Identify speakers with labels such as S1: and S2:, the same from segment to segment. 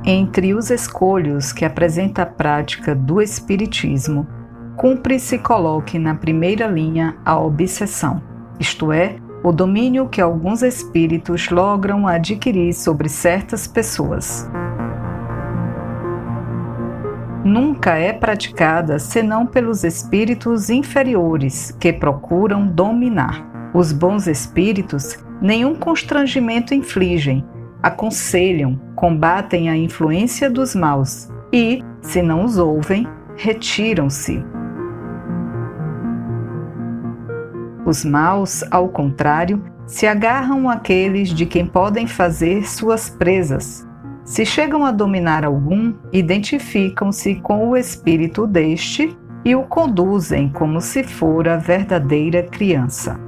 S1: Entre os escolhos que apresenta a prática do Espiritismo, cumpre se coloque na primeira linha a obsessão, isto é, o domínio que alguns espíritos logram adquirir sobre certas pessoas. Nunca é praticada senão pelos espíritos inferiores que procuram dominar. Os bons espíritos nenhum constrangimento infligem, aconselham, combatem a influência dos maus e, se não os ouvem, retiram-se. Os maus, ao contrário, se agarram àqueles de quem podem fazer suas presas. Se chegam a dominar algum, identificam-se com o espírito deste e o conduzem como se fora verdadeira criança.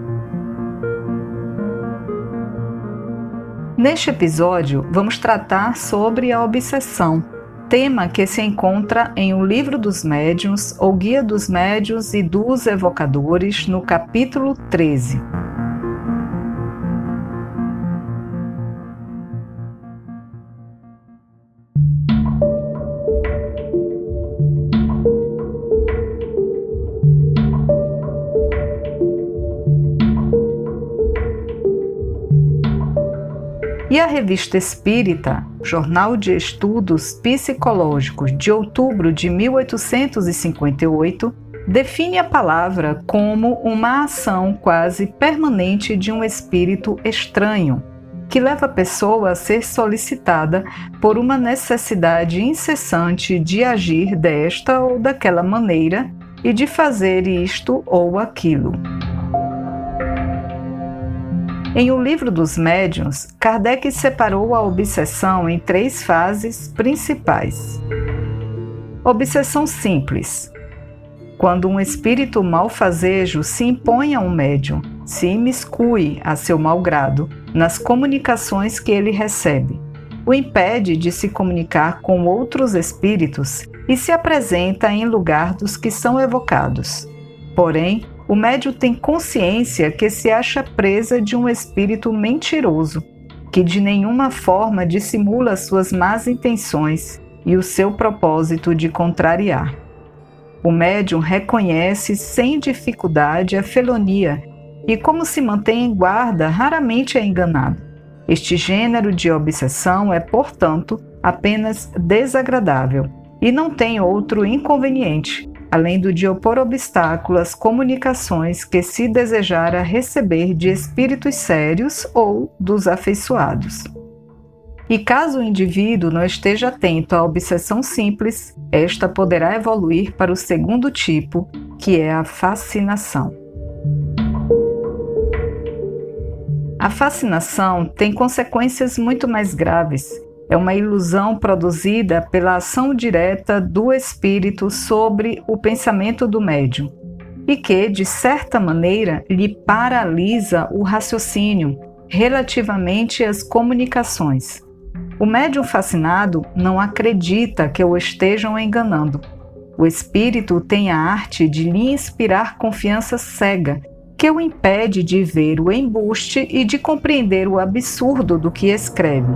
S1: Neste episódio, vamos tratar sobre a obsessão, tema que se encontra em O Livro dos Médiuns, ou Guia dos Médiuns e dos Evocadores, no capítulo 13. E a Revista Espírita, Jornal de Estudos Psicológicos de outubro de 1858, define a palavra como uma ação quase permanente de um espírito estranho, que leva a pessoa a ser solicitada por uma necessidade incessante de agir desta ou daquela maneira e de fazer isto ou aquilo. Em O Livro dos Médiuns, Kardec separou a obsessão em 3 fases principais. Obsessão simples. Quando um espírito malfazejo se impõe a um médium, se imiscui, a seu mau grado, nas comunicações que ele recebe, o impede de se comunicar com outros espíritos e se apresenta em lugar dos que são evocados. Porém, o médium tem consciência que se acha presa de um espírito mentiroso, que de nenhuma forma dissimula suas más intenções e o seu propósito de contrariar. O médium reconhece sem dificuldade a felonia e, como se mantém em guarda, raramente é enganado. Este gênero de obsessão é, portanto, apenas desagradável e não tem outro inconveniente, além do de opor obstáculo às comunicações que se desejara receber de espíritos sérios ou dos afeiçoados. E caso o indivíduo não esteja atento à obsessão simples, esta poderá evoluir para o segundo tipo, que é a fascinação. A fascinação tem consequências muito mais graves. É uma ilusão produzida pela ação direta do espírito sobre o pensamento do médium e que, de certa maneira, lhe paralisa o raciocínio relativamente às comunicações. O médium fascinado não acredita que o estejam enganando. O espírito tem a arte de lhe inspirar confiança cega, que o impede de ver o embuste e de compreender o absurdo do que escreve,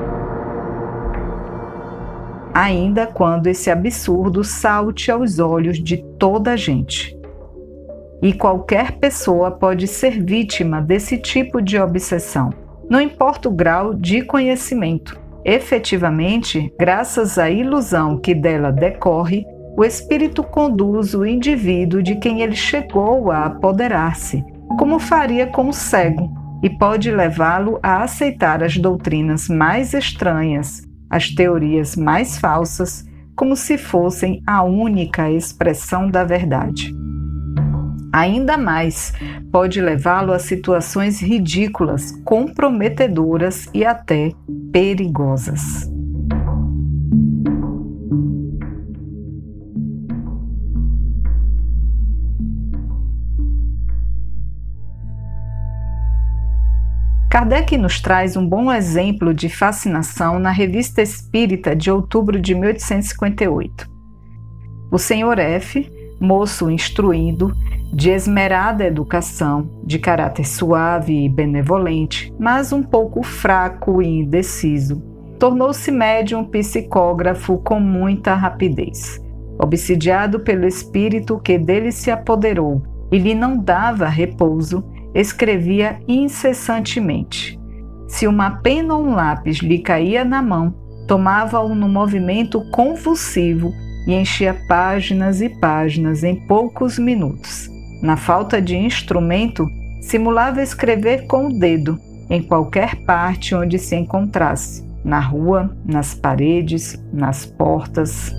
S1: ainda quando esse absurdo salte aos olhos de toda a gente. E qualquer pessoa pode ser vítima desse tipo de obsessão, não importa o grau de conhecimento. Efetivamente, graças à ilusão que dela decorre, o espírito conduz o indivíduo de quem ele chegou a apoderar-se, como faria com o cego, e pode levá-lo a aceitar as doutrinas mais estranhas, as teorias mais falsas, como se fossem a única expressão da verdade. Ainda mais, pode levá-lo a situações ridículas, comprometedoras e até perigosas. Kardec nos traz um bom exemplo de fascinação na Revista Espírita de outubro de 1858. O Sr. F., moço instruído, de esmerada educação, de caráter suave e benevolente, mas um pouco fraco e indeciso, tornou-se médium psicógrafo com muita rapidez. Obsidiado pelo espírito que dele se apoderou e lhe não dava repouso, escrevia incessantemente. Se uma pena ou um lápis lhe caía na mão, tomava-o no movimento convulsivo e enchia páginas e páginas em poucos minutos. Na falta de instrumento, simulava escrever com o dedo, em qualquer parte onde se encontrasse, na rua, nas paredes, nas portas.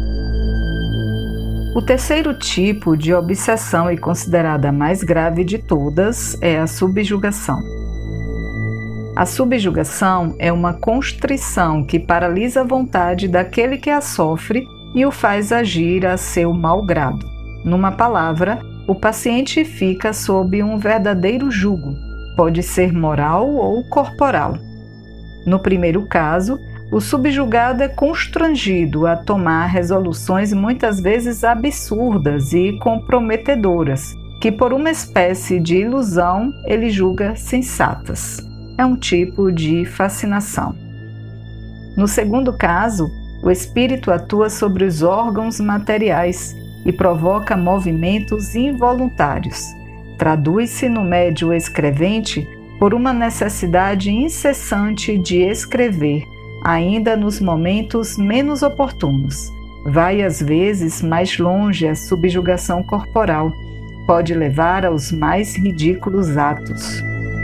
S1: O terceiro tipo de obsessão, e considerada a mais grave de todas, é a subjugação. A subjugação é uma constrição que paralisa a vontade daquele que a sofre e o faz agir a seu mau grado. Numa palavra, o paciente fica sob um verdadeiro jugo, pode ser moral ou corporal. No primeiro caso, o subjugado é constrangido a tomar resoluções muitas vezes absurdas e comprometedoras, que por uma espécie de ilusão ele julga sensatas. É um tipo de fascinação. No segundo caso, o espírito atua sobre os órgãos materiais e provoca movimentos involuntários. Traduz-se no médium escrevente por uma necessidade incessante de escrever, ainda nos momentos menos oportunos. Vai às vezes mais longe a subjugação corporal, pode levar aos mais ridículos atos.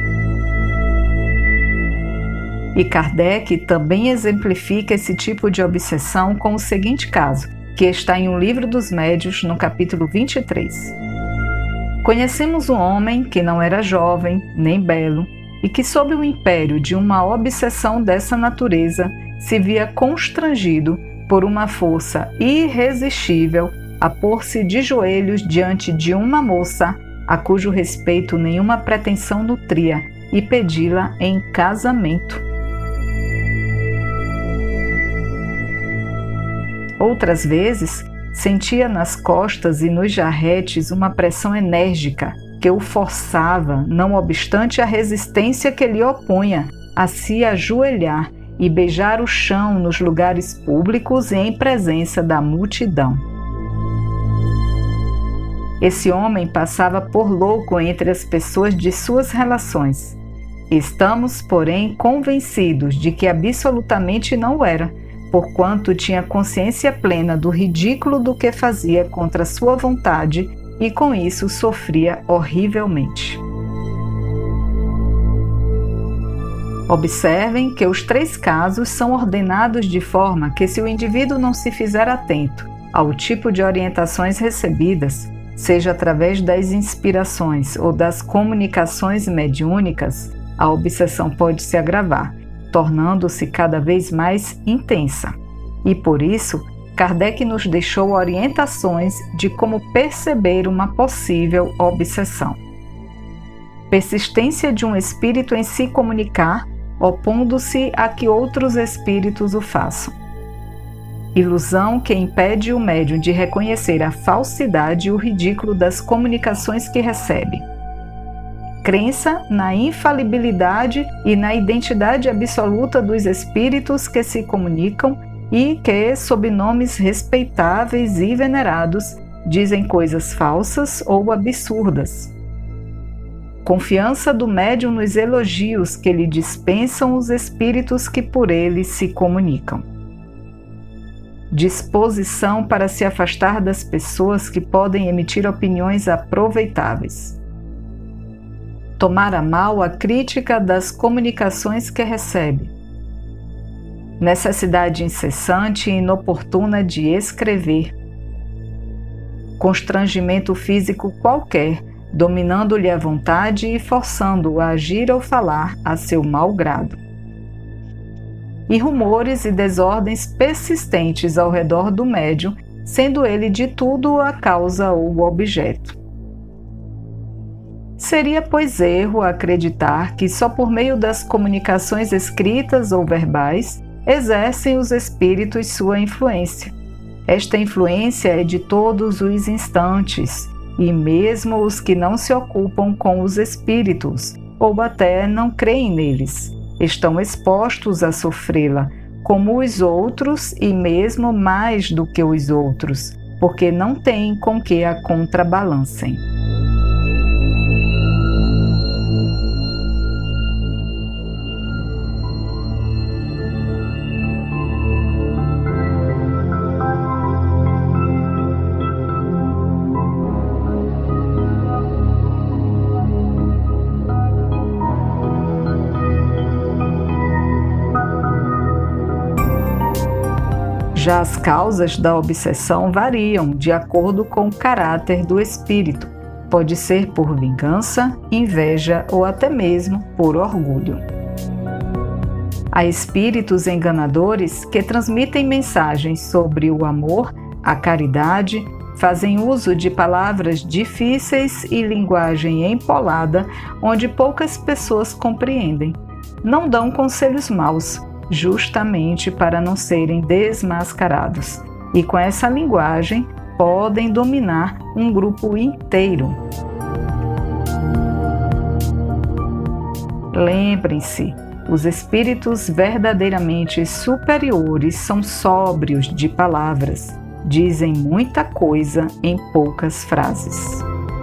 S1: E Kardec também exemplifica esse tipo de obsessão com o seguinte caso, que está em O Livro dos Médiuns, no capítulo 23. Conhecemos um homem que não era jovem, nem belo, e que, sob o império de uma obsessão dessa natureza, se via constrangido por uma força irresistível a pôr-se de joelhos diante de uma moça a cujo respeito nenhuma pretensão nutria e pedi-la em casamento. Outras vezes, sentia nas costas e nos jarretes uma pressão enérgica que o forçava, não obstante a resistência que lhe opunha, a se ajoelhar e beijar o chão nos lugares públicos e em presença da multidão. Esse homem passava por louco entre as pessoas de suas relações. Estamos, porém, convencidos de que absolutamente não o era, porquanto tinha consciência plena do ridículo do que fazia contra sua vontade e com isso sofria horrivelmente. Observem que os 3 casos são ordenados de forma que, se o indivíduo não se fizer atento ao tipo de orientações recebidas, seja através das inspirações ou das comunicações mediúnicas, a obsessão pode se agravar, tornando-se cada vez mais intensa. E por isso, Kardec nos deixou orientações de como perceber uma possível obsessão. Persistência de um espírito em se comunicar, opondo-se a que outros espíritos o façam. Ilusão que impede o médium de reconhecer a falsidade e o ridículo das comunicações que recebe. Crença na infalibilidade e na identidade absoluta dos espíritos que se comunicam e que, sob nomes respeitáveis e venerados, dizem coisas falsas ou absurdas. Confiança do médium nos elogios que lhe dispensam os espíritos que por ele se comunicam. Disposição para se afastar das pessoas que podem emitir opiniões aproveitáveis. Tomar a mal a crítica das comunicações que recebe. Necessidade incessante e inoportuna de escrever. Constrangimento físico qualquer, dominando-lhe a vontade e forçando-o a agir ou falar a seu mau grado. E rumores e desordens persistentes ao redor do médium, sendo ele de tudo a causa ou o objeto. Seria, pois, erro acreditar que só por meio das comunicações escritas ou verbais exercem os espíritos sua influência. Esta influência é de todos os instantes, e mesmo os que não se ocupam com os espíritos, ou até não creem neles, estão expostos a sofrê-la, como os outros e mesmo mais do que os outros, porque não têm com que a contrabalancem. Já as causas da obsessão variam de acordo com o caráter do espírito. Pode ser por vingança, inveja ou até mesmo por orgulho. Há espíritos enganadores que transmitem mensagens sobre o amor, a caridade, fazem uso de palavras difíceis e linguagem empolada, onde poucas pessoas compreendem. Não dão conselhos maus, justamente para não serem desmascarados. E com essa linguagem podem dominar um grupo inteiro. Lembrem-se, os espíritos verdadeiramente superiores são sóbrios de palavras, dizem muita coisa em poucas frases.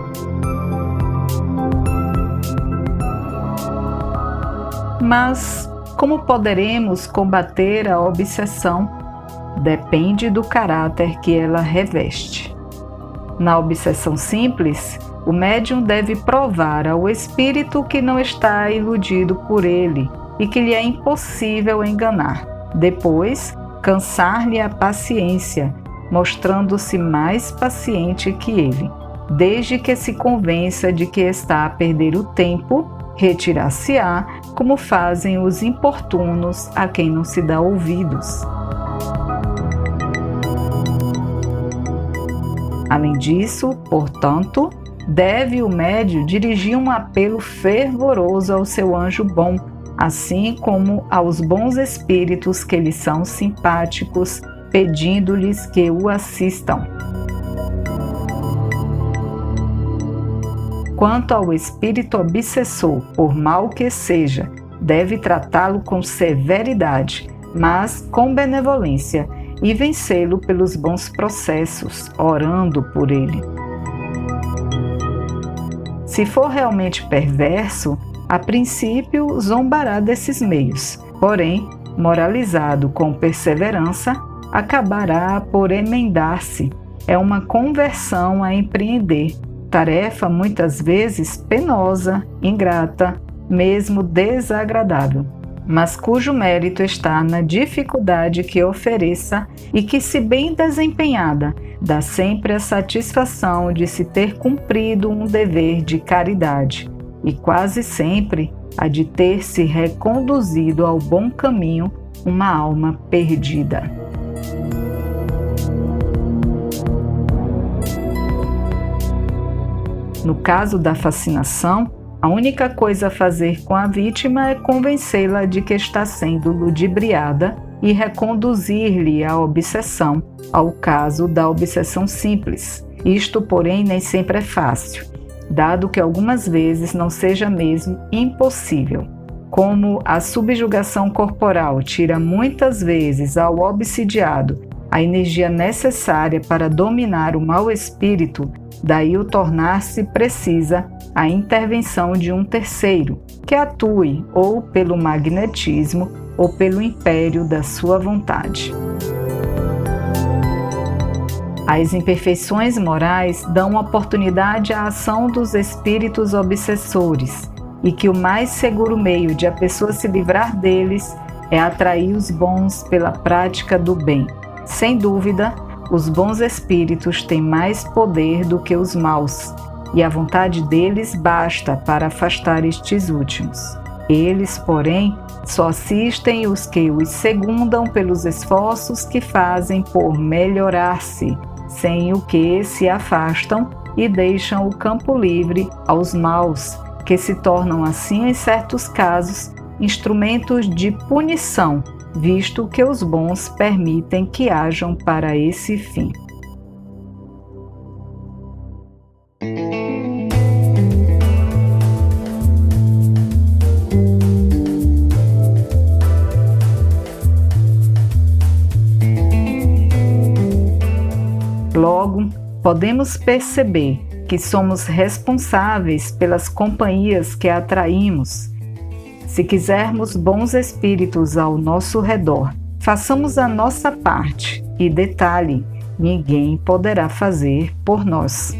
S1: Mas como poderemos combater a obsessão? Depende do caráter que ela reveste. Na obsessão simples, o médium deve provar ao espírito que não está iludido por ele e que lhe é impossível enganar. Depois, cansar-lhe a paciência, mostrando-se mais paciente que ele, desde que se convença de que está a perder o tempo, retirar-se-á, como fazem os importunos a quem não se dá ouvidos. Além disso, portanto, deve o médium dirigir um apelo fervoroso ao seu anjo bom, assim como aos bons espíritos que lhe são simpáticos, pedindo-lhes que o assistam. Quanto ao espírito obsessor, por mal que seja, deve tratá-lo com severidade, mas com benevolência, e vencê-lo pelos bons processos, orando por ele. Se for realmente perverso, a princípio zombará desses meios, porém, moralizado com perseverança, acabará por emendar-se. É uma conversão a empreender, tarefa muitas vezes penosa, ingrata, mesmo desagradável, mas cujo mérito está na dificuldade que ofereça e que, se bem desempenhada, dá sempre a satisfação de se ter cumprido um dever de caridade e quase sempre a de ter se reconduzido ao bom caminho uma alma perdida. No caso da fascinação, a única coisa a fazer com a vítima é convencê-la de que está sendo ludibriada e reconduzir-lhe a obsessão, ao caso da obsessão simples. Isto, porém, nem sempre é fácil, dado que algumas vezes não seja mesmo impossível. Como a subjugação corporal tira muitas vezes ao obsidiado a energia necessária para dominar o mau espírito, daí o tornar-se precisa a intervenção de um terceiro, que atue ou pelo magnetismo ou pelo império da sua vontade. As imperfeições morais dão oportunidade à ação dos espíritos obsessores, e que o mais seguro meio de a pessoa se livrar deles é atrair os bons pela prática do bem. Sem dúvida, os bons espíritos têm mais poder do que os maus, e a vontade deles basta para afastar estes últimos. Eles, porém, só assistem os que os segundam pelos esforços que fazem por melhorar-se, sem o que se afastam e deixam o campo livre aos maus, que se tornam assim, em certos casos, instrumentos de punição, visto que os bons permitem que hajam para esse fim. podemos perceber que somos responsáveis pelas companhias que atraímos. Se quisermos bons espíritos ao nosso redor, façamos a nossa parte e, detalhe, ninguém poderá fazer por nós.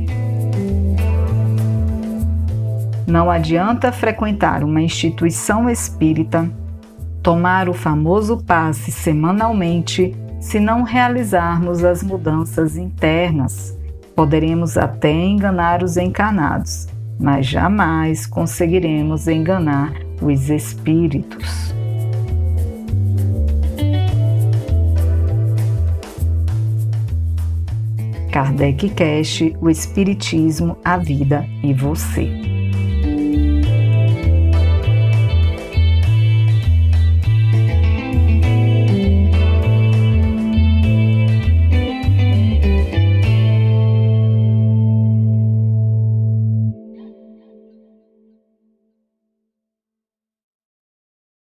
S1: Não adianta frequentar uma instituição espírita, tomar o famoso passe semanalmente, se não realizarmos as mudanças internas. Poderemos até enganar os encarnados, mas jamais conseguiremos enganar os espíritos. Kardec Cast, o Espiritismo, a Vida e Você.